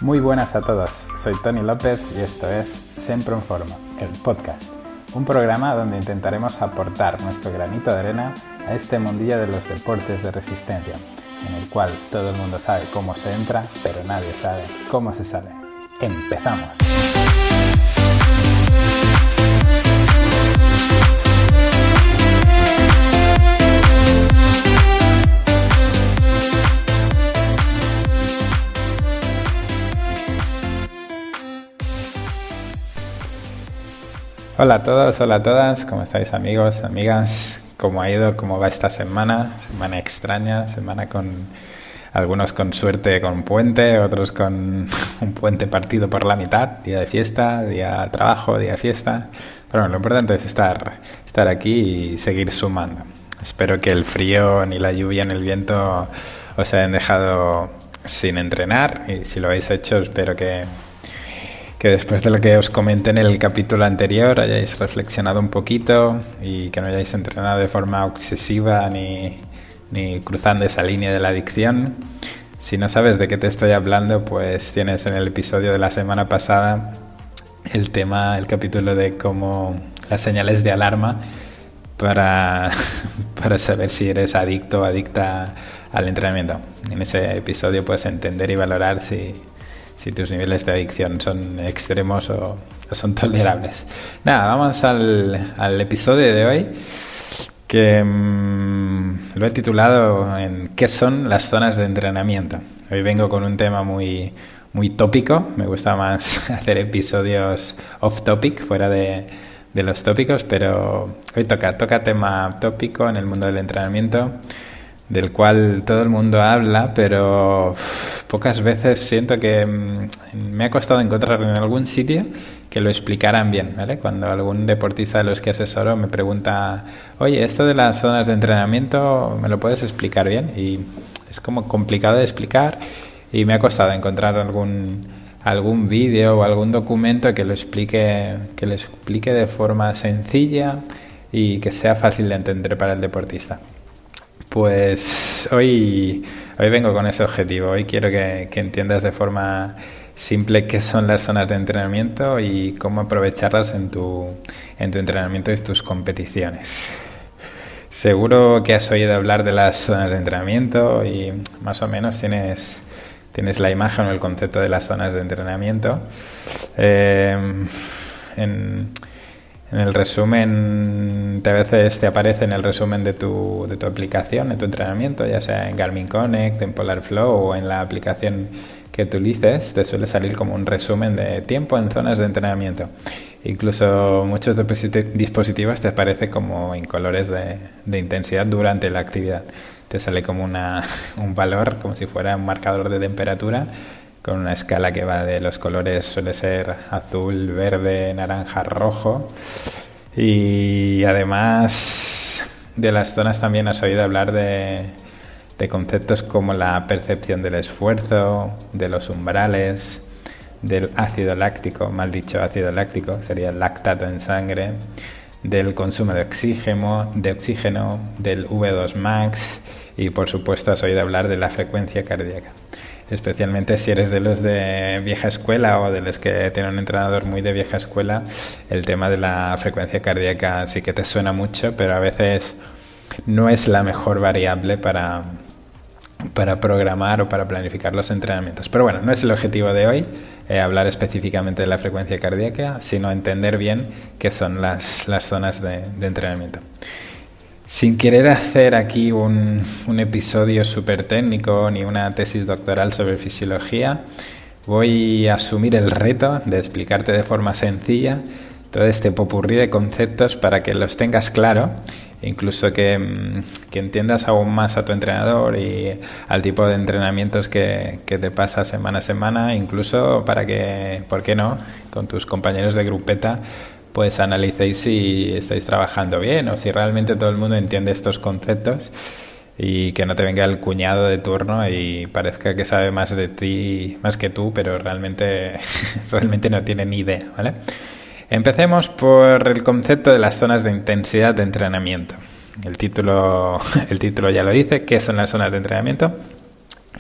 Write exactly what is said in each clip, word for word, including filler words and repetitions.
Muy buenas a todos, soy Toni López y esto es Sempre en Forma, el podcast, un programa donde intentaremos aportar nuestro granito de arena a este mundillo de los deportes de resistencia, en el cual todo el mundo sabe cómo se entra, pero nadie sabe cómo se sale. ¡Empezamos! Hola a todos, hola a todas, ¿cómo estáis amigos, amigas? ¿Cómo ha ido? ¿Cómo va esta semana? Semana extraña, semana con algunos con suerte con puente, otros con un puente partido por la mitad, día de fiesta, día de trabajo, día de fiesta. Pero bueno, lo importante es estar, estar aquí y seguir sumando. Espero que el frío ni la lluvia ni el viento os hayan dejado sin entrenar y si lo habéis hecho espero que... que después de lo que os comenté en el capítulo anterior hayáis reflexionado un poquito y que no hayáis entrenado de forma obsesiva ni, ni cruzando esa línea de la adicción. Si no sabes de qué te estoy hablando, pues tienes en el episodio de la semana pasada el tema, el capítulo de cómo las señales de alarma para, para saber si eres adicto o adicta al entrenamiento. En ese episodio puedes entender y valorar si... si tus niveles de adicción son extremos o, o son tolerables. Nada, vamos al, al episodio de hoy, que mmm, lo he titulado en ¿qué son las zonas de entrenamiento? Hoy vengo con un tema muy, muy tópico. Me gusta más hacer episodios off topic, fuera de, de los tópicos, pero hoy toca, toca tema tópico en el mundo del entrenamiento, del cual todo el mundo habla, pero uf, pocas veces siento que mmm, me ha costado encontrar en algún sitio que lo explicaran bien, ¿vale? Cuando algún deportista de los que asesoro me pregunta, oye, esto de las zonas de entrenamiento, ¿me lo puedes explicar bien? Y es como complicado de explicar y me ha costado encontrar algún, algún vídeo o algún documento que lo explique, que lo explique de forma sencilla y que sea fácil de entender para el deportista. Pues hoy, hoy vengo con ese objetivo. Hoy quiero que, que entiendas de forma simple qué son las zonas de entrenamiento y cómo aprovecharlas en tu, en tu entrenamiento y tus competiciones. Seguro que has oído hablar de las zonas de entrenamiento y más o menos tienes, tienes la imagen o el concepto de las zonas de entrenamiento. Eh, en... En el resumen, a veces te aparece en el resumen de tu, de tu aplicación, de tu entrenamiento, ya sea en Garmin Connect, en Polar Flow o en la aplicación que utilices, te suele salir como un resumen de tiempo en zonas de entrenamiento. Incluso muchos dispositivos te aparece como en colores de, de intensidad durante la actividad. Te sale como una, un valor, como si fuera un marcador de temperatura, con una escala que va de los colores, suele ser azul, verde, naranja, rojo. Y además de las zonas también has oído hablar de, de conceptos como la percepción del esfuerzo, de los umbrales, del ácido láctico, mal dicho ácido láctico, sería el lactato en sangre, del consumo de oxígeno, de oxígeno, del V dos max y por supuesto has oído hablar de la frecuencia cardíaca. Especialmente si eres de los de vieja escuela o de los que tienen un entrenador muy de vieja escuela, el tema de la frecuencia cardíaca sí que te suena mucho, pero a veces no es la mejor variable para, para programar o para planificar los entrenamientos. Pero bueno, no es el objetivo de hoy eh, hablar específicamente de la frecuencia cardíaca, sino entender bien qué son las, las zonas de, de entrenamiento. Sin querer hacer aquí un, un episodio súper técnico ni una tesis doctoral sobre fisiología, voy a asumir el reto de explicarte de forma sencilla todo este popurrí de conceptos para que los tengas claro, incluso que, que entiendas aún más a tu entrenador y al tipo de entrenamientos que, que te pasa semana a semana, incluso para que, ¿por qué no?, con tus compañeros de grupeta pues analicéis si estáis trabajando bien o si realmente todo el mundo entiende estos conceptos y que no te venga el cuñado de turno y parezca que sabe más de ti, más que tú, pero realmente, realmente no tiene ni idea, ¿vale? Empecemos por el concepto de las zonas de intensidad de entrenamiento. El título, el título ya lo dice. ¿Qué son las zonas de entrenamiento?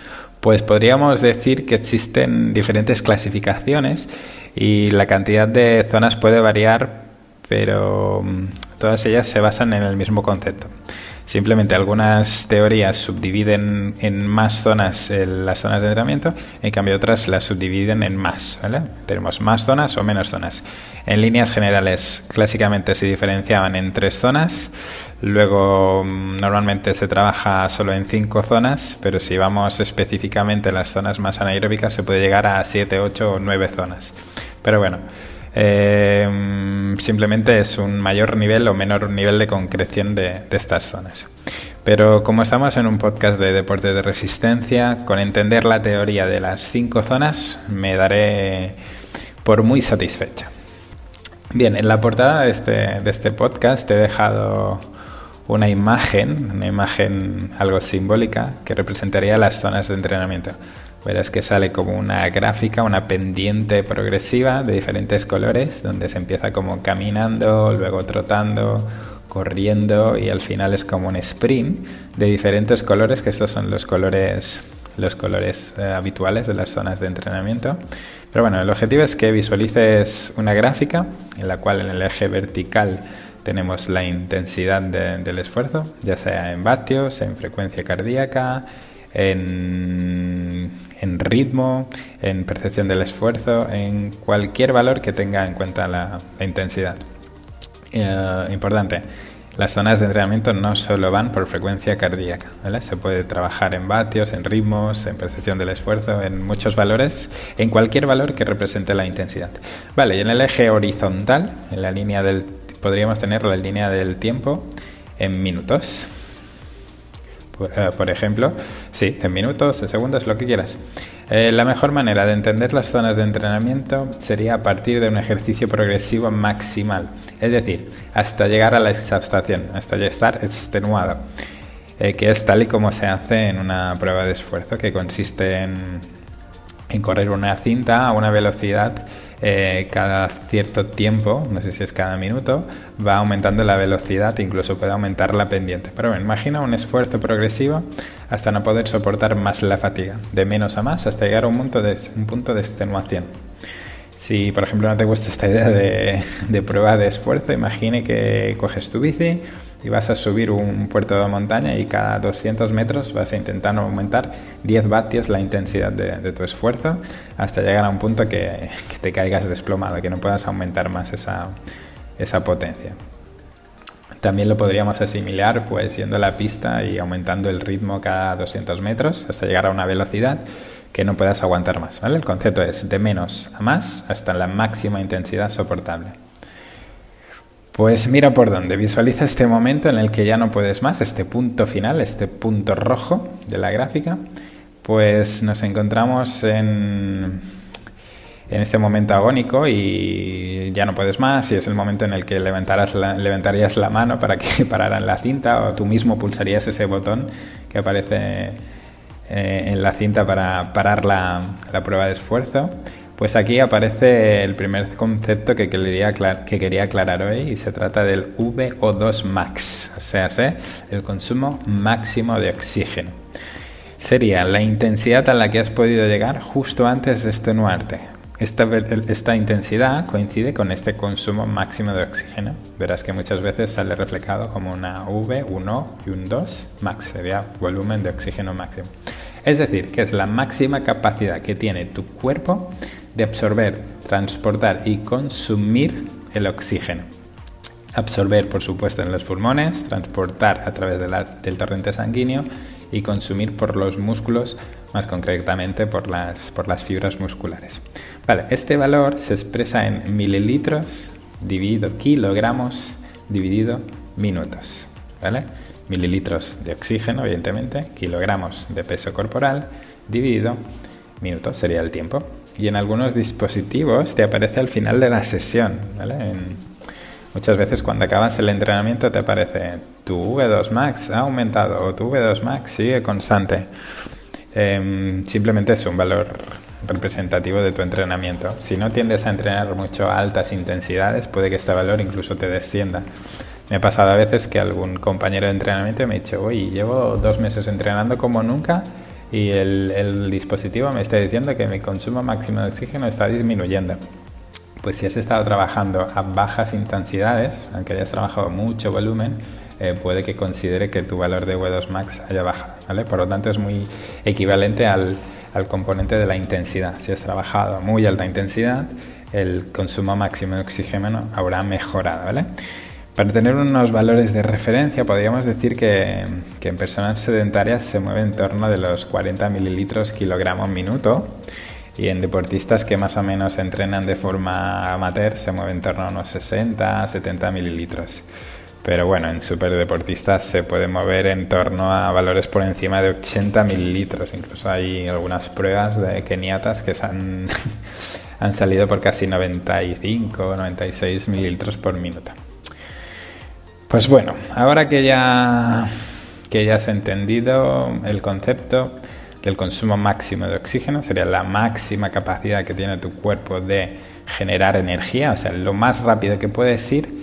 Pues podríamos decir que existen diferentes clasificaciones y la cantidad de zonas puede variar, pero todas ellas se basan en el mismo concepto. Simplemente algunas teorías subdividen en más zonas eh, las zonas de entrenamiento, en cambio otras las subdividen en más, ¿vale? Tenemos más zonas o menos zonas. En líneas generales, clásicamente se diferenciaban en tres zonas, luego normalmente se trabaja solo en cinco zonas, pero si vamos específicamente a las zonas más anaeróbicas se puede llegar a siete, ocho o nueve zonas. Pero bueno, Eh, simplemente es un mayor nivel o menor nivel de concreción de, de estas zonas. Pero como estamos en un podcast de deporte de resistencia, con entender la teoría de las cinco zonas me daré por muy satisfecha. Bien, en la portada de este, de este podcast te he dejado una imagen, una imagen algo simbólica que representaría las zonas de entrenamiento. Verás que sale como una gráfica, una pendiente progresiva de diferentes colores, donde se empieza como caminando, luego trotando, corriendo y al final es como un sprint de diferentes colores, que estos son los colores, los colores eh, habituales de las zonas de entrenamiento. Pero bueno, el objetivo es que visualices una gráfica en la cual en el eje vertical tenemos la intensidad de, del esfuerzo, ya sea en vatios, en frecuencia cardíaca, en, en ritmo, en percepción del esfuerzo, en cualquier valor que tenga en cuenta la, la intensidad. Eh, importante, las zonas de entrenamiento no solo van por frecuencia cardíaca, ¿vale? Se puede trabajar en vatios, en ritmos, en percepción del esfuerzo, en muchos valores, en cualquier valor que represente la intensidad. Vale, y en el eje horizontal, en la línea del, podríamos tener la línea del tiempo en minutos. Por ejemplo, sí, en minutos, en segundos, lo que quieras. Eh, la mejor manera de entender las zonas de entrenamiento sería a partir de un ejercicio progresivo maximal, es decir, hasta llegar a la exhaustación, hasta ya estar extenuado, eh, que es tal y como se hace en una prueba de esfuerzo, que consiste en, en correr una cinta a una velocidad eh, cada cierto tiempo, no sé si es cada minuto, va aumentando la velocidad, incluso puede aumentar la pendiente. Pero bueno, imagina un esfuerzo progresivo hasta no poder soportar más la fatiga, de menos a más, hasta llegar a un punto de, un punto de extenuación. Si, por ejemplo, no te gusta esta idea de, de prueba de esfuerzo, imagine que coges tu bici y vas a subir un puerto de montaña y cada doscientos metros vas a intentar aumentar diez vatios la intensidad de, de tu esfuerzo hasta llegar a un punto que, que te caigas desplomado, que no puedas aumentar más esa, esa potencia. También lo podríamos asimilar pues yendo a la pista y aumentando el ritmo cada doscientos metros hasta llegar a una velocidad que no puedas aguantar más, ¿vale? El concepto es de menos a más hasta la máxima intensidad soportable. Pues mira por dónde, visualiza este momento en el que ya no puedes más, este punto final, este punto rojo de la gráfica, pues nos encontramos en, en este momento agónico y ya no puedes más y es el momento en el que levantarás la, levantarías la mano para que pararan la cinta o tú mismo pulsarías ese botón que aparece eh, en la cinta para parar la, la prueba de esfuerzo. Pues aquí aparece el primer concepto que quería, que quería aclarar hoy y se trata del V O dos max, o sea, el consumo máximo de oxígeno. Sería la intensidad a la que has podido llegar justo antes de extenuarte. Esta, esta intensidad coincide con este consumo máximo de oxígeno. Verás que muchas veces sale reflejado como una V, un O y un dos max, sería volumen de oxígeno máximo. Es decir, que es la máxima capacidad que tiene tu cuerpo de absorber, transportar y consumir el oxígeno. Absorber, por supuesto, en los pulmones, transportar a través de la, del torrente sanguíneo y consumir por los músculos, más concretamente por las, por las fibras musculares. Vale, este valor se expresa en mililitros dividido kilogramos dividido minutos, ¿vale? Mililitros de oxígeno, evidentemente, kilogramos de peso corporal dividido minutos, sería el tiempo. Y en algunos dispositivos te aparece al final de la sesión, ¿vale? En, muchas veces cuando acabas el entrenamiento te aparece tu V dos max ha aumentado o tu V dos max sigue constante. Eh, simplemente es un valor representativo de tu entrenamiento. Si no tiendes a entrenar mucho a altas intensidades, puede que este valor incluso te descienda. Me ha pasado a veces que algún compañero de entrenamiento me ha dicho, oye, llevo dos meses entrenando como nunca y el, el dispositivo me está diciendo que mi consumo máximo de oxígeno está disminuyendo. Pues si has estado trabajando a bajas intensidades, aunque hayas trabajado mucho volumen, eh, puede que considere que tu valor de V dos max haya bajado, ¿vale? Por lo tanto, es muy equivalente al, al componente de la intensidad. Si has trabajado a muy alta intensidad, el consumo máximo de oxígeno habrá mejorado, ¿vale? Para tener unos valores de referencia, podríamos decir que, que en personas sedentarias se mueve en torno de los cuarenta mililitros kilogramo minuto, y en deportistas que más o menos entrenan de forma amateur se mueve en torno a unos sesenta a setenta mililitros. Pero bueno, en superdeportistas se puede mover en torno a valores por encima de ochenta mililitros. Incluso hay algunas pruebas de keniatas que se han, han salido por casi noventa y cinco, noventa y seis mililitros por minuto. Pues bueno, ahora que ya, que ya has entendido el concepto del consumo máximo de oxígeno, sería la máxima capacidad que tiene tu cuerpo de generar energía, o sea, lo más rápido que puedes ir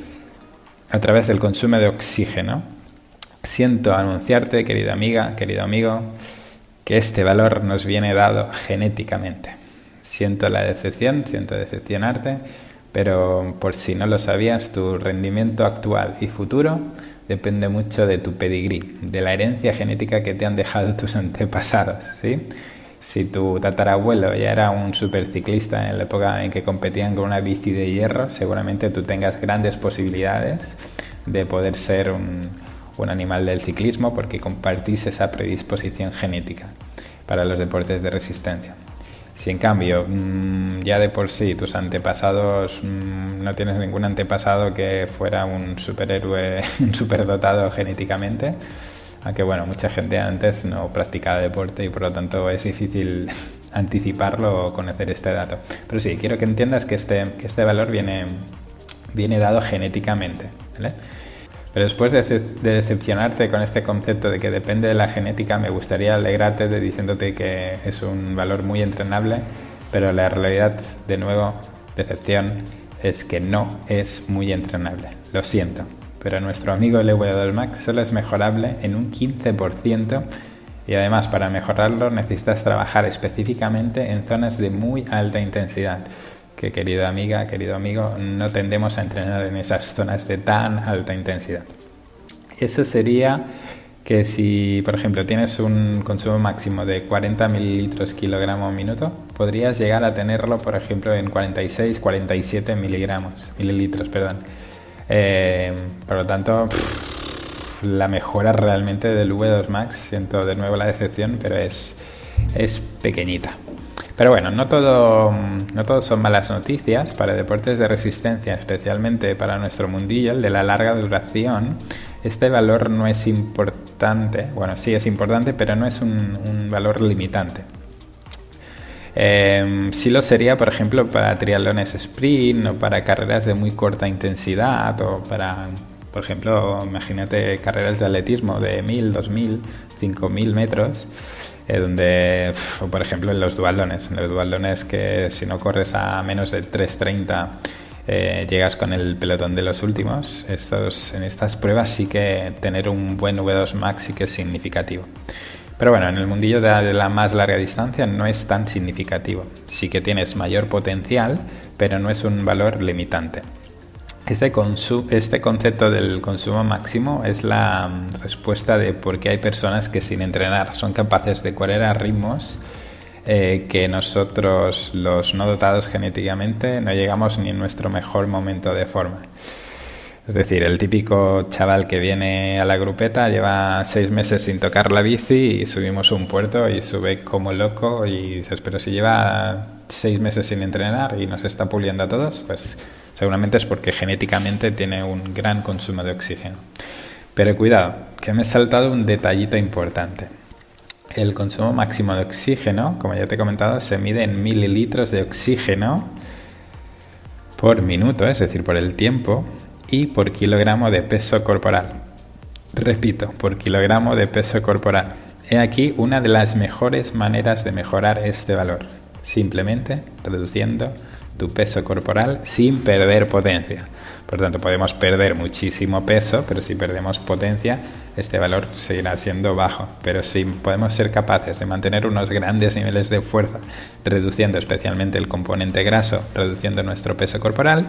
a través del consumo de oxígeno. Siento anunciarte, querida amiga, querido amigo, que este valor nos viene dado genéticamente. Siento la decepción, siento decepcionarte, pero por si no lo sabías, tu rendimiento actual y futuro depende mucho de tu pedigrí, de la herencia genética que te han dejado tus antepasados, ¿sí? Si tu tatarabuelo ya era un superciclista en la época en que competían con una bici de hierro, seguramente tú tengas grandes posibilidades de poder ser un, un animal del ciclismo, porque compartís esa predisposición genética para los deportes de resistencia. Si en cambio mmm, ya de por sí tus antepasados, mmm, no tienes ningún antepasado que fuera un superhéroe, un superdotado genéticamente, aunque bueno, mucha gente antes no practicaba deporte y por lo tanto es difícil anticiparlo o conocer este dato. Pero sí, quiero que entiendas que este, que este valor viene, viene dado genéticamente, ¿vale? Pero después de, de decepcionarte con este concepto de que depende de la genética, me gustaría alegrarte de diciéndote que es un valor muy entrenable, pero la realidad, de nuevo, decepción, es que no es muy entrenable. Lo siento, pero nuestro amigo el V dos max solo es mejorable en un quince por ciento, y además para mejorarlo necesitas trabajar específicamente en zonas de muy alta intensidad, que querida amiga, querido amigo, no tendemos a entrenar en esas zonas de tan alta intensidad. Eso sería que si, por ejemplo, tienes un consumo máximo de cuarenta mililitros kilogramo minuto, podrías llegar a tenerlo, por ejemplo, en cuarenta y seis, cuarenta y siete miligramos, mililitros, perdón. Eh, por lo tanto, pff, la mejora realmente del V dos max, siento de nuevo la decepción, pero es, es pequeñita. Pero bueno, no todo, no todo son malas noticias. Para deportes de resistencia, especialmente para nuestro mundillo, el de la larga duración, este valor no es importante. Bueno, sí es importante, pero no es un, un valor limitante. Eh, sí lo sería, por ejemplo, para triatlones sprint o para carreras de muy corta intensidad, o para, por ejemplo, imagínate carreras de atletismo de mil, dos mil, cinco mil metros. Eh, donde, o por ejemplo, en los duatlones, en los duatlones que si no corres a menos de tres treinta eh, llegas con el pelotón de los últimos. Estos, en estas pruebas sí que tener un buen V dos max sí que es significativo. Pero bueno, en el mundillo de la, de la más larga distancia no es tan significativo. Sí que tienes mayor potencial, pero no es un valor limitante. Este, consu- este concepto del consumo máximo es la um, respuesta de por qué hay personas que sin entrenar son capaces de correr a ritmos eh, que nosotros, los no dotados genéticamente, no llegamos ni en nuestro mejor momento de forma. Es decir, el típico chaval que viene a la grupeta, lleva seis meses sin tocar la bici y subimos un puerto y sube como loco y dices, pero si lleva seis meses sin entrenar y nos está puliendo a todos, pues seguramente es porque genéticamente tiene un gran consumo de oxígeno. Pero cuidado, que me he saltado un detallito importante. El consumo máximo de oxígeno, como ya te he comentado, se mide en mililitros de oxígeno por minuto, es decir, por el tiempo, y por kilogramo de peso corporal. Repito, por kilogramo de peso corporal. He aquí una de las mejores maneras de mejorar este valor, simplemente reduciendo tu peso corporal sin perder potencia. Por tanto, podemos perder muchísimo peso, pero si perdemos potencia, este valor seguirá siendo bajo. Pero si podemos ser capaces de mantener unos grandes niveles de fuerza, reduciendo especialmente el componente graso, reduciendo nuestro peso corporal,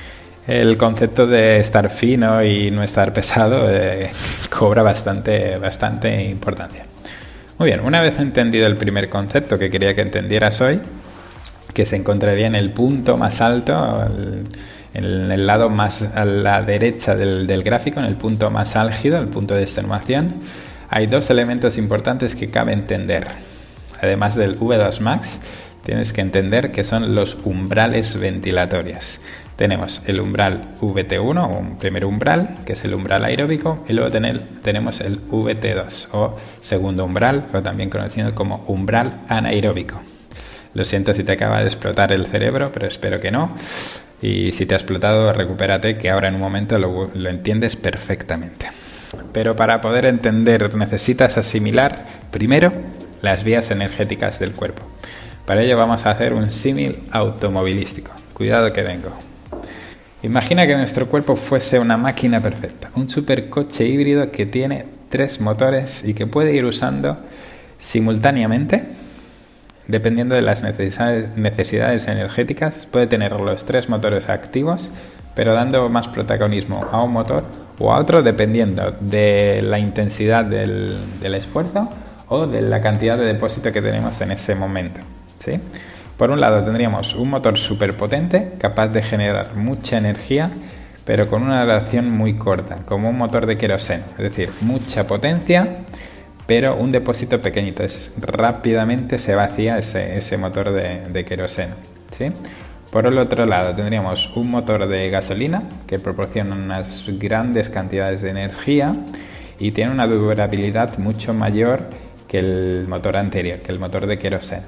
el concepto de estar fino y no estar pesado eh, cobra bastante, bastante importancia. Muy bien, una vez entendido el primer concepto que quería que entendieras hoy, que se encontraría en el punto más alto, el, en el lado más a la derecha del, del gráfico, en el punto más álgido, el punto de extenuación, hay dos elementos importantes que cabe entender. Además del V dos max, tienes que entender que son los umbrales ventilatorios. Tenemos el umbral V T uno, o un primer umbral, que es el umbral aeróbico, y luego tener, tenemos el V T dos, o segundo umbral, o también conocido como umbral anaeróbico. Lo siento si te acaba de explotar el cerebro, pero espero que no. Y si te ha explotado, recupérate, que ahora en un momento lo, lo entiendes perfectamente. Pero para poder entender necesitas asimilar primero las vías energéticas del cuerpo. Para ello vamos a hacer un símil automovilístico. Cuidado que vengo. Imagina que nuestro cuerpo fuese una máquina perfecta, un supercoche híbrido que tiene tres motores y que puede ir usando simultáneamente, dependiendo de las necesidades, necesidades energéticas, puede tener los tres motores activos, pero dando más protagonismo a un motor o a otro dependiendo de la intensidad del, del esfuerzo o de la cantidad de depósito que tenemos en ese momento, ¿sí? Por un lado tendríamos un motor superpotente, capaz de generar mucha energía, pero con una duración muy corta, como un motor de queroseno, es decir, mucha potencia, pero un depósito pequeñito, es, rápidamente se vacía ese, ese motor de, de queroseno, ¿sí? Por el otro lado tendríamos un motor de gasolina que proporciona unas grandes cantidades de energía y tiene una durabilidad mucho mayor que el motor anterior, que el motor de queroseno.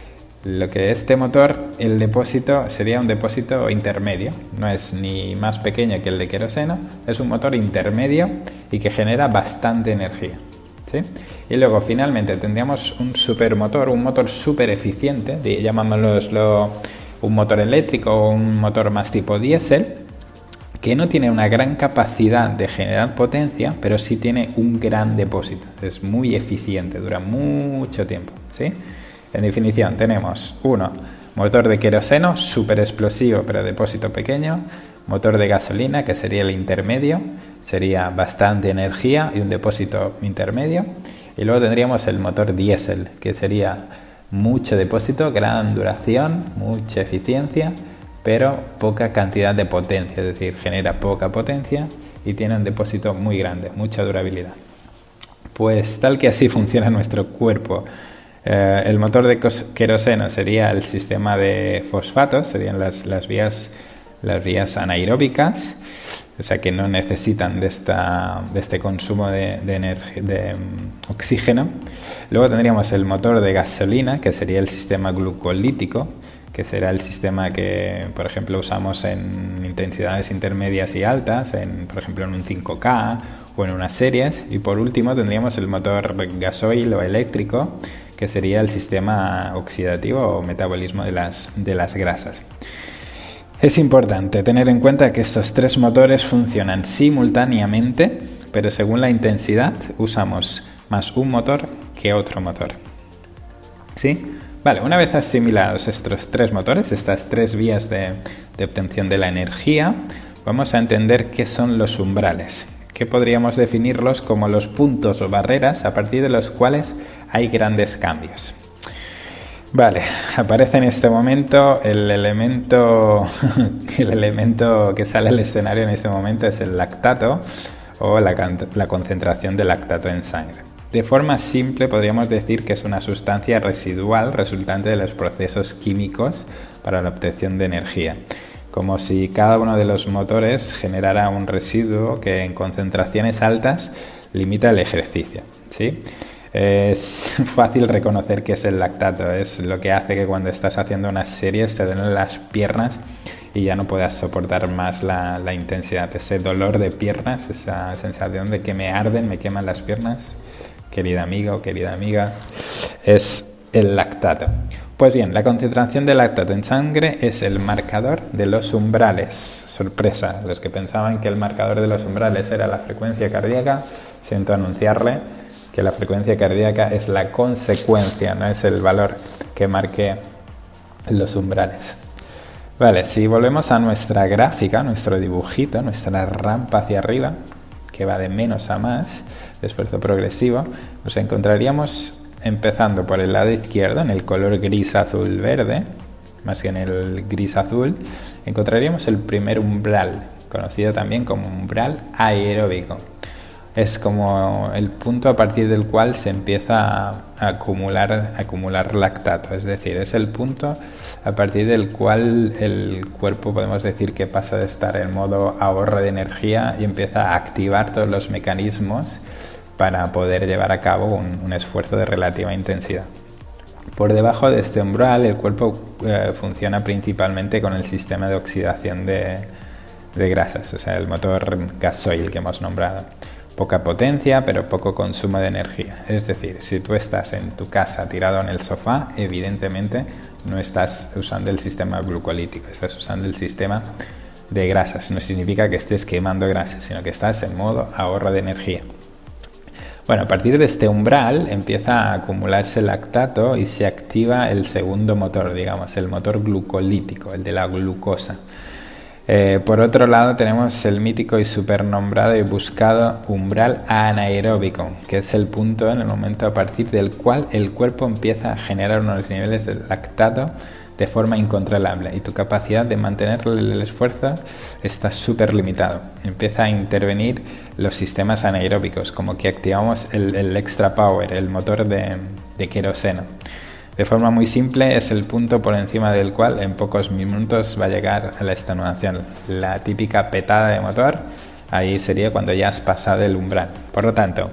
Lo que este motor, el depósito sería un depósito intermedio, no es ni más pequeño que el de queroseno, es un motor intermedio y que genera bastante energía, ¿sí? Y luego finalmente tendríamos un supermotor, un motor super eficiente, llamámoslo un motor eléctrico o un motor más tipo diésel, que no tiene una gran capacidad de generar potencia, pero sí tiene un gran depósito, es muy eficiente, dura mucho tiempo, ¿sí? En definición tenemos uno, motor de queroseno, súper explosivo pero depósito pequeño, motor de gasolina que sería el intermedio, sería bastante energía y un depósito intermedio, y luego tendríamos el motor diésel que sería mucho depósito, gran duración, mucha eficiencia, pero poca cantidad de potencia, es decir, genera poca potencia y tiene un depósito muy grande, mucha durabilidad. Pues tal que así funciona nuestro cuerpo. Eh, el motor de queroseno sería el sistema de fosfatos, serían las, las vías las vías anaeróbicas, o sea que no necesitan de, esta, de este consumo de, de, energ- de um, oxígeno. Luego tendríamos el motor de gasolina, que sería el sistema glucolítico, que será el sistema que, por ejemplo, usamos en intensidades intermedias y altas, en, por ejemplo, en un cinco K o en unas series. Y por último tendríamos el motor gasoil o eléctrico, que sería el sistema oxidativo o metabolismo de las, de las grasas. Es importante tener en cuenta que estos tres motores funcionan simultáneamente, pero según la intensidad usamos más un motor que otro motor. ¿Sí? Vale, una vez asimilados estos tres motores, estas tres vías de, de obtención de la energía, vamos a entender qué son los umbrales, que podríamos definirlos como los puntos o barreras a partir de los cuales hay grandes cambios. Vale, aparece en este momento el elemento, el elemento que sale al escenario en este momento es el lactato o la, la concentración de lactato en sangre. De forma simple podríamos decir que es una sustancia residual resultante de los procesos químicos para la obtención de energía, como si cada uno de los motores generara un residuo que en concentraciones altas limita el ejercicio, ¿sí? Es fácil reconocer que es el lactato, es lo que hace que cuando estás haciendo unas series te duelen las piernas y ya no puedas soportar más la, la intensidad, ese dolor de piernas, esa sensación de que me arden, me queman las piernas, querida amiga o querida amiga, es el lactato. Pues bien, la concentración de lactato en sangre es el marcador de los umbrales. Sorpresa, los que pensaban que el marcador de los umbrales era la frecuencia cardíaca, siento anunciarle que la frecuencia cardíaca es la consecuencia, no es el valor que marque los umbrales. Vale, si volvemos a nuestra gráfica, nuestro dibujito, nuestra rampa hacia arriba, que va de menos a más, de esfuerzo progresivo, nos encontraríamos empezando por el lado izquierdo, en el color gris, azul, verde, más que en el gris azul, encontraríamos el primer umbral, conocido también como umbral aeróbico. Es como el punto a partir del cual se empieza a acumular, a acumular lactato, es decir, es el punto a partir del cual el cuerpo podemos decir que pasa de estar en modo ahorro de energía y empieza a activar todos los mecanismos para poder llevar a cabo un, un esfuerzo de relativa intensidad. Por debajo de este umbral el cuerpo eh, funciona principalmente con el sistema de oxidación de, de grasas, o sea, el motor gasoil que hemos nombrado. Poca potencia, pero poco consumo de energía. Es decir, si tú estás en tu casa tirado en el sofá, evidentemente no estás usando el sistema glucolítico, estás usando el sistema de grasas. No significa que estés quemando grasas, sino que estás en modo ahorro de energía. Bueno, a partir de este umbral empieza a acumularse lactato y se activa el segundo motor, digamos, el motor glucolítico, el de la glucosa. Eh, por otro lado tenemos el mítico y supernombrado y buscado umbral anaeróbico, que es el punto en el momento a partir del cual el cuerpo empieza a generar unos niveles de lactato de forma incontrolable y tu capacidad de mantener el esfuerzo está súper limitado. Empieza a intervenir los sistemas anaeróbicos, como que activamos el, el extra power, el motor de, de queroseno. De forma muy simple, es el punto por encima del cual en pocos minutos va a llegar a la extenuación. La típica petada de motor, ahí sería cuando ya has pasado el umbral. Por lo tanto,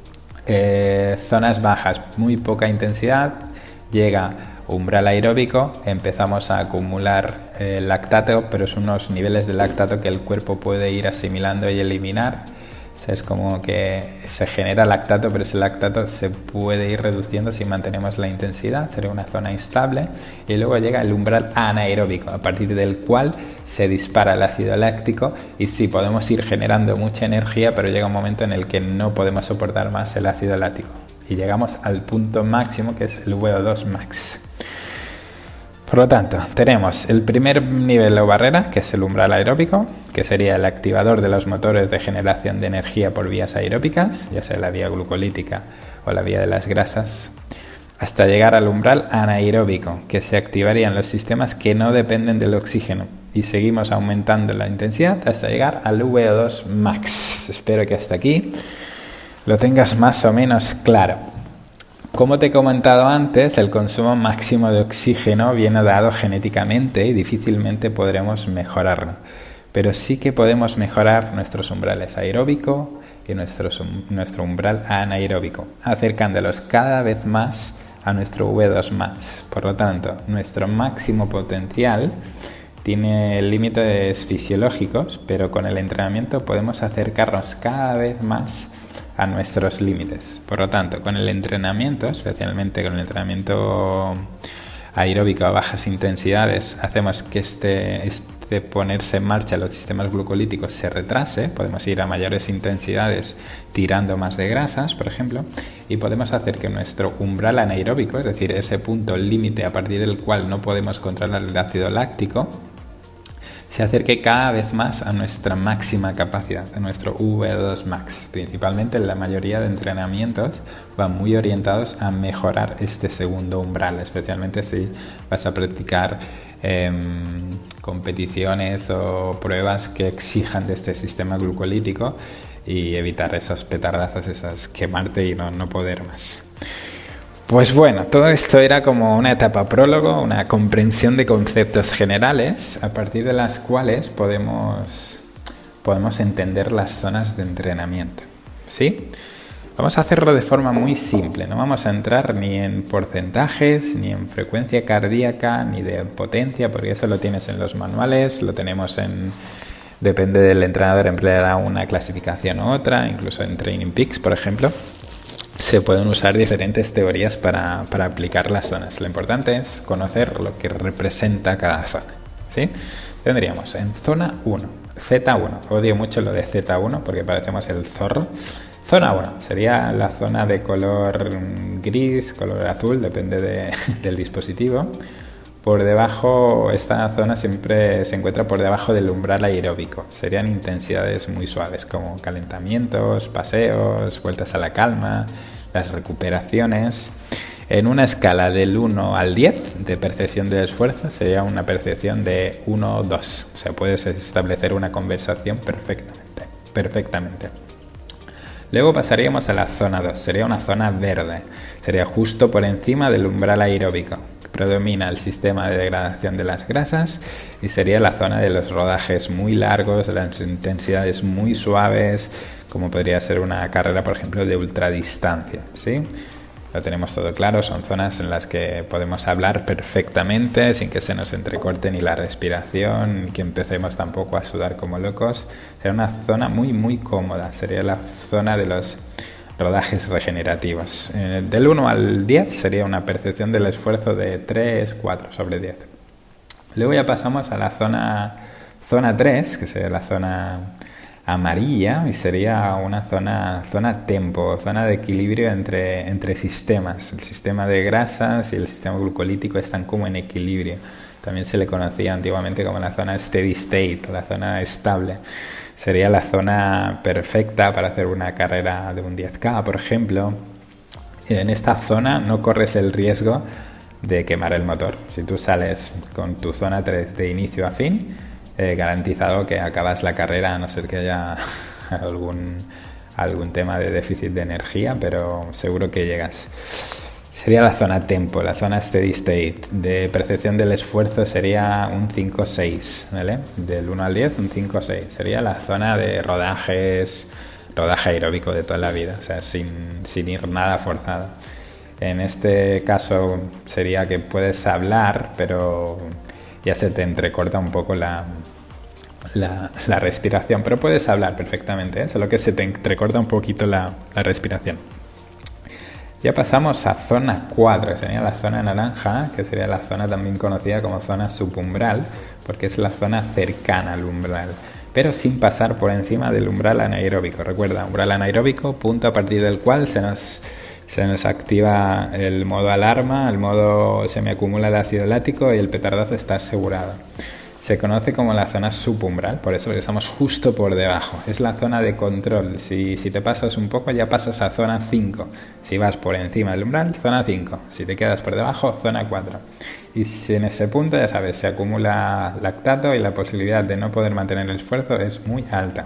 eh, zonas bajas, muy poca intensidad, llega umbral aeróbico, empezamos a acumular eh, lactato, pero son unos niveles de lactato que el cuerpo puede ir asimilando y eliminar. Es como que se genera lactato, pero ese lactato se puede ir reduciendo si mantenemos la intensidad, sería una zona instable, y luego llega el umbral anaeróbico, a partir del cual se dispara el ácido láctico y sí, podemos ir generando mucha energía, pero llega un momento en el que no podemos soportar más el ácido láctico y llegamos al punto máximo, que es el V O dos max. Por lo tanto, tenemos el primer nivel o barrera, que es el umbral aeróbico, que sería el activador de los motores de generación de energía por vías aeróbicas, ya sea la vía glucolítica o la vía de las grasas, hasta llegar al umbral anaeróbico, que se activarían los sistemas que no dependen del oxígeno. Y seguimos aumentando la intensidad hasta llegar al V O dos max. Espero que hasta aquí lo tengas más o menos claro. Como te he comentado antes, el consumo máximo de oxígeno viene dado genéticamente y difícilmente podremos mejorarlo. Pero sí que podemos mejorar nuestros umbrales aeróbico y nuestro, nuestro umbral anaeróbico, acercándolos cada vez más a nuestro V dos max. Por lo tanto, nuestro máximo potencial tiene límites fisiológicos, pero con el entrenamiento podemos acercarnos cada vez más a nuestros límites. Por lo tanto, con el entrenamiento, especialmente con el entrenamiento aeróbico a bajas intensidades, hacemos que este, este ponerse en marcha los sistemas glucolíticos se retrase. Podemos ir a mayores intensidades tirando más de grasas, por ejemplo, y podemos hacer que nuestro umbral anaeróbico, es decir, ese punto límite a partir del cual no podemos controlar el ácido láctico, se acerque cada vez más a nuestra máxima capacidad, a nuestro V dos max. Principalmente la mayoría de entrenamientos van muy orientados a mejorar este segundo umbral, especialmente si vas a practicar eh, competiciones o pruebas que exijan de este sistema glucolítico y evitar esos petardazos, esos quemarte y no, no poder más. Pues bueno, todo esto era como una etapa prólogo, una comprensión de conceptos generales, a partir de las cuales podemos, podemos entender las zonas de entrenamiento, ¿sí? Vamos a hacerlo de forma muy simple, no vamos a entrar ni en porcentajes, ni en frecuencia cardíaca, ni de potencia, porque eso lo tienes en los manuales, lo tenemos en... Depende del entrenador, empleará una clasificación u otra, incluso en Training Peaks, por ejemplo. se pueden usar diferentes teorías para, para aplicar las zonas. Lo importante es conocer lo que representa cada zona, ¿sí? Tendríamos en zona uno, Z uno. Odio mucho lo de Z uno porque parecemos el zorro. Zona uno sería la zona de color gris, color azul, depende de, del dispositivo. Por debajo, esta zona siempre se encuentra por debajo del umbral aeróbico. Serían intensidades muy suaves como calentamientos, paseos, vueltas a la calma, las recuperaciones. En una escala del uno al diez de percepción del esfuerzo sería una percepción de uno o dos. O sea, puedes establecer una conversación perfectamente. perfectamente. Luego pasaríamos a la zona dos. Sería una zona verde. Sería justo por encima del umbral aeróbico. Predomina el sistema de degradación de las grasas y sería la zona de los rodajes muy largos, las intensidades muy suaves, como podría ser una carrera, por ejemplo, de ultradistancia, ¿sí? Lo tenemos todo claro, son zonas en las que podemos hablar perfectamente sin que se nos entrecorte ni la respiración, ni que empecemos tampoco a sudar como locos. Sería una zona muy, muy cómoda, sería la zona de los rodajes regenerativos. Eh, del uno al diez sería una percepción del esfuerzo de tres, cuatro sobre diez. Luego ya pasamos a la zona, zona tres, que sería la zona amarilla, y sería una zona, zona tempo, zona de equilibrio entre, entre sistemas. El sistema de grasas y el sistema glucolítico están como en equilibrio. También se le conocía antiguamente como la zona steady state, la zona estable. Sería la zona perfecta para hacer una carrera de un diez K, por ejemplo. Y en esta zona no corres el riesgo de quemar el motor. Si tú sales con tu zona tres de inicio a fin, eh, garantizado que acabas la carrera, a no ser que haya algún, algún tema de déficit de energía, pero seguro que llegas. Sería la zona tempo, la zona steady state. De percepción del esfuerzo sería un cinco seis, ¿vale? Del uno al diez, un cinco seis. Sería la zona de rodajes, rodaje aeróbico de toda la vida, o sea, sin, sin ir nada forzado. En este caso sería que puedes hablar, pero ya se te entrecorta un poco la, la, la respiración. Pero puedes hablar perfectamente, ¿eh? Solo que se te entrecorta un poquito la, la respiración. Ya pasamos a zona cuatro, que sería la zona naranja, que sería la zona también conocida como zona subumbral, porque es la zona cercana al umbral, pero sin pasar por encima del umbral anaeróbico. Recuerda, umbral anaeróbico, punto a partir del cual se nos, se nos activa el modo alarma, el modo se me acumula el ácido láctico y el petardazo está asegurado. Se conoce como la zona subumbral, por eso estamos justo por debajo. Es la zona de control. Si, si te pasas un poco, ya pasas a zona cinco. Si vas por encima del umbral, zona cinco. Si te quedas por debajo, zona cuatro. Y si en ese punto, ya sabes, se acumula lactato y la posibilidad de no poder mantener el esfuerzo es muy alta.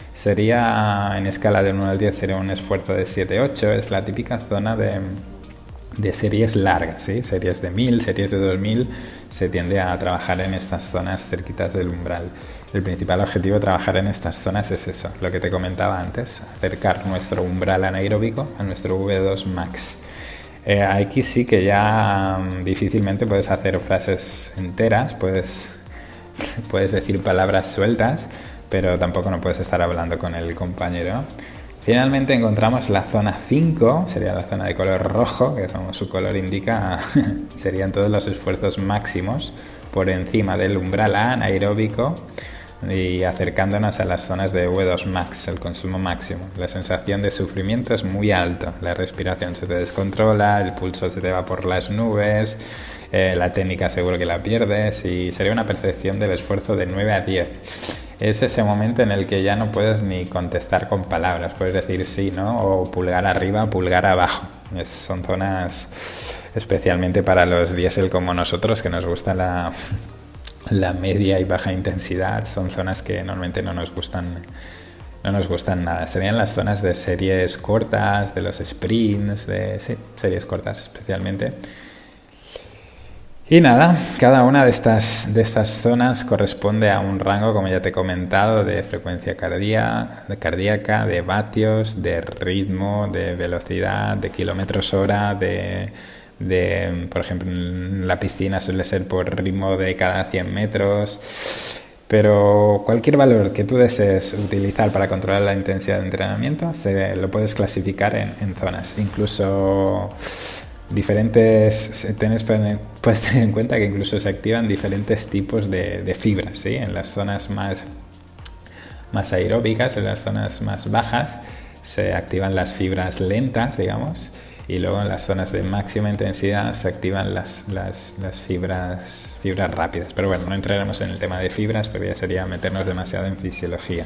Sería, en escala de uno al diez, sería un esfuerzo de siete ocho. Es la típica zona de... de series largas, ¿sí? Series de mil, series de dos mil, se tiende a trabajar en estas zonas cerquitas del umbral. El principal objetivo de trabajar en estas zonas es eso, lo que te comentaba antes, acercar nuestro umbral anaeróbico a nuestro V dos max. Eh, aquí sí que ya um, difícilmente puedes hacer frases enteras, puedes, puedes decir palabras sueltas, pero tampoco no puedes estar hablando con el compañero, ¿no? Finalmente encontramos la zona cinco, sería la zona de color rojo, que como su color indica, serían todos los esfuerzos máximos por encima del umbral anaeróbico y acercándonos a las zonas de V dos max, el consumo máximo. La sensación de sufrimiento es muy alto, la respiración se te descontrola, el pulso se te va por las nubes, eh, la técnica seguro que la pierdes y sería una percepción del esfuerzo de nueve a diez. Es ese momento en el que ya no puedes ni contestar con palabras, puedes decir sí, ¿no? O pulgar arriba, pulgar abajo. Es, son zonas especialmente para los diésel como nosotros, que nos gusta la, la media y baja intensidad. Son zonas que normalmente no nos gustan, no nos gustan nada. Serían las zonas de series cortas, de los sprints, de sí, series cortas especialmente. Y nada, cada una de estas, de estas zonas corresponde a un rango, como ya te he comentado, de frecuencia cardíaca, de, cardíaca, de vatios, de ritmo, de velocidad, de kilómetros hora, de, de, por ejemplo, en la piscina suele ser por ritmo de cada cien metros. Pero cualquier valor que tú desees utilizar para controlar la intensidad de entrenamiento se lo puedes clasificar en, en zonas. Incluso diferentes, tienes, puedes tener en cuenta que incluso se activan diferentes tipos de, de fibras, ¿sí? En las zonas más, más aeróbicas, en las zonas más bajas, se activan las fibras lentas, digamos, y luego en las zonas de máxima intensidad se activan las, las, las fibras, fibras rápidas. Pero bueno, no entraremos en el tema de fibras porque ya sería meternos demasiado en fisiología.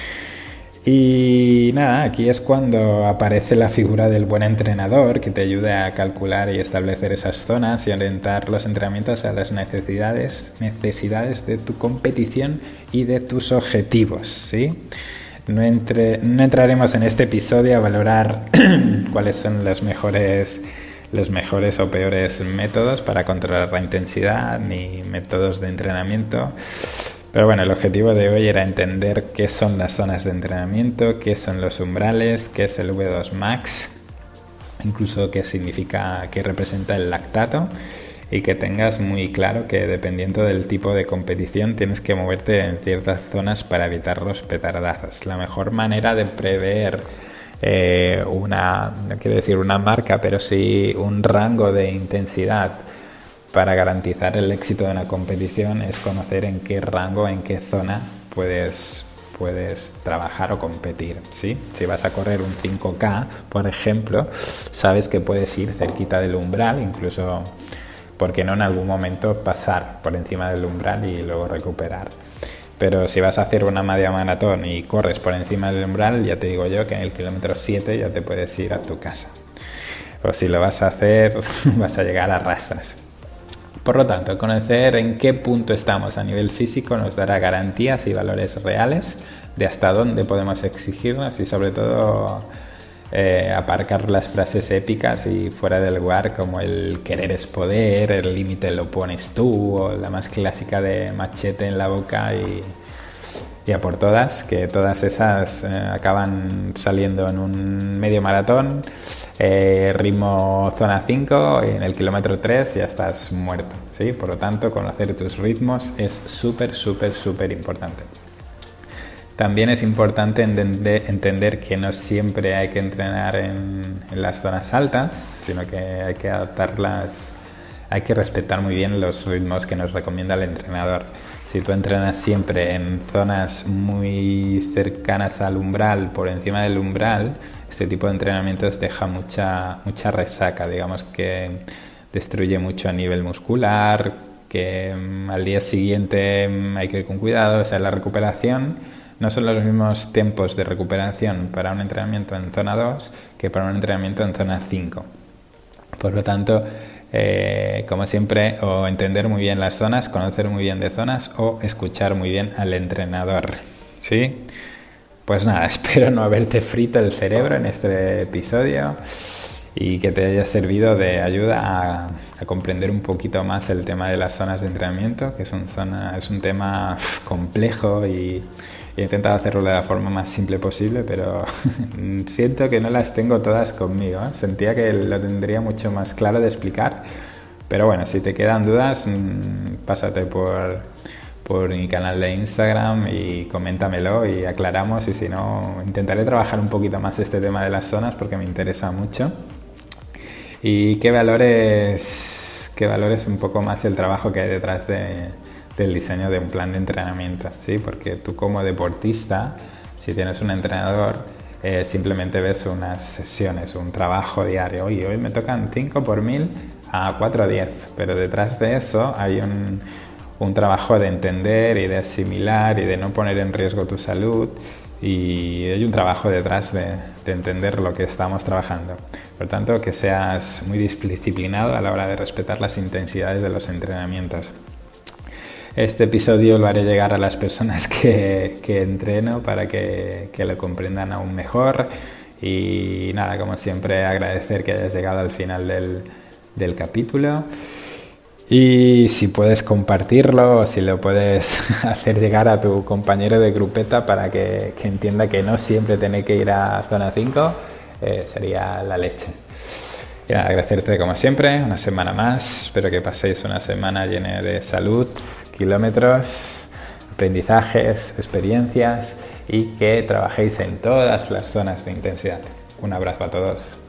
Y nada, aquí es cuando aparece la figura del buen entrenador que te ayuda a calcular y establecer esas zonas y orientar los entrenamientos a las necesidades, necesidades de tu competición y de tus objetivos, ¿sí? No, entre, no entraremos en este episodio a valorar cuáles son los mejores, los mejores o peores métodos para controlar la intensidad ni métodos de entrenamiento. Pero bueno, el objetivo de hoy era entender qué son las zonas de entrenamiento, qué son los umbrales, qué es el V dos Max, incluso qué significa, qué representa el lactato, y que tengas muy claro que dependiendo del tipo de competición tienes que moverte en ciertas zonas para evitar los petardazos. La mejor manera de prever eh, una, no quiero decir una marca, pero sí un rango de intensidad para garantizar el éxito de una competición es conocer en qué rango, en qué zona puedes, puedes trabajar o competir, ¿sí? Si vas a correr un cinco K, por ejemplo, sabes que puedes ir cerquita del umbral, incluso, ¿por qué no en algún momento pasar por encima del umbral y luego recuperar? Pero si vas a hacer una media maratón y corres por encima del umbral, ya te digo yo que en el kilómetro siete ya te puedes ir a tu casa. O si lo vas a hacer, vas a llegar a rastras. Por lo tanto, conocer en qué punto estamos a nivel físico nos dará garantías y valores reales de hasta dónde podemos exigirnos y sobre todo eh, aparcar las frases épicas y fuera del lugar como el querer es poder, el límite lo pones tú o la más clásica de machete en la boca y, y a por todas, que todas esas eh, acaban saliendo en un medio maratón. Eh, ritmo zona cinco y en el kilómetro tres ya estás muerto, ¿sí? Por lo tanto, conocer tus ritmos es súper, súper, súper importante. También es importante entender, entender que no siempre hay que entrenar en, en las zonas altas, sino que hay que adaptarlas, hay que respetar muy bien los ritmos que nos recomienda el entrenador. Si tú entrenas siempre en zonas muy cercanas al umbral, por encima del umbral, este tipo de entrenamientos deja mucha, mucha resaca, digamos que destruye mucho a nivel muscular, que um, al día siguiente um, hay que ir con cuidado, o sea, la recuperación no son los mismos tiempos de recuperación para un entrenamiento en zona dos que para un entrenamiento en zona cinco. Por lo tanto, Eh, como siempre, o entender muy bien las zonas, conocer muy bien de zonas o escuchar muy bien al entrenador, ¿sí? Pues nada, espero no haberte frito el cerebro en este episodio y que te haya servido de ayuda a, a comprender un poquito más el tema de las zonas de entrenamiento, que es un, zona, es un tema complejo y he intentado hacerlo de la forma más simple posible, pero siento que no las tengo todas conmigo, ¿eh? Sentía que lo tendría mucho más claro de explicar, pero bueno, si te quedan dudas, mmm, pásate por, por mi canal de Instagram y coméntamelo y aclaramos, y si no, intentaré trabajar un poquito más este tema de las zonas porque me interesa mucho. Y qué valores, qué valores un poco más el trabajo que hay detrás de del diseño de un plan de entrenamiento, ¿sí? Porque tú como deportista, si tienes un entrenador, eh, simplemente ves unas sesiones, un trabajo diario. Oye, hoy me tocan cinco por mil a cuatro a diez, pero detrás de eso hay un, un trabajo de entender y de asimilar y de no poner en riesgo tu salud, y hay un trabajo detrás de, de entender lo que estamos trabajando. Por tanto, que seas muy disciplinado a la hora de respetar las intensidades de los entrenamientos. Este episodio lo haré llegar a las personas que, que entreno para que, que lo comprendan aún mejor. Y nada, como siempre, agradecer que hayas llegado al final del, del capítulo. Y si puedes compartirlo o si lo puedes hacer llegar a tu compañero de grupeta para que, que entienda que no siempre tiene que ir a zona cinco, eh, sería la leche. Y nada, agradecerte como siempre, una semana más. Espero que paséis una semana llena de salud, kilómetros, aprendizajes, experiencias y que trabajéis en todas las zonas de intensidad. Un abrazo a todos.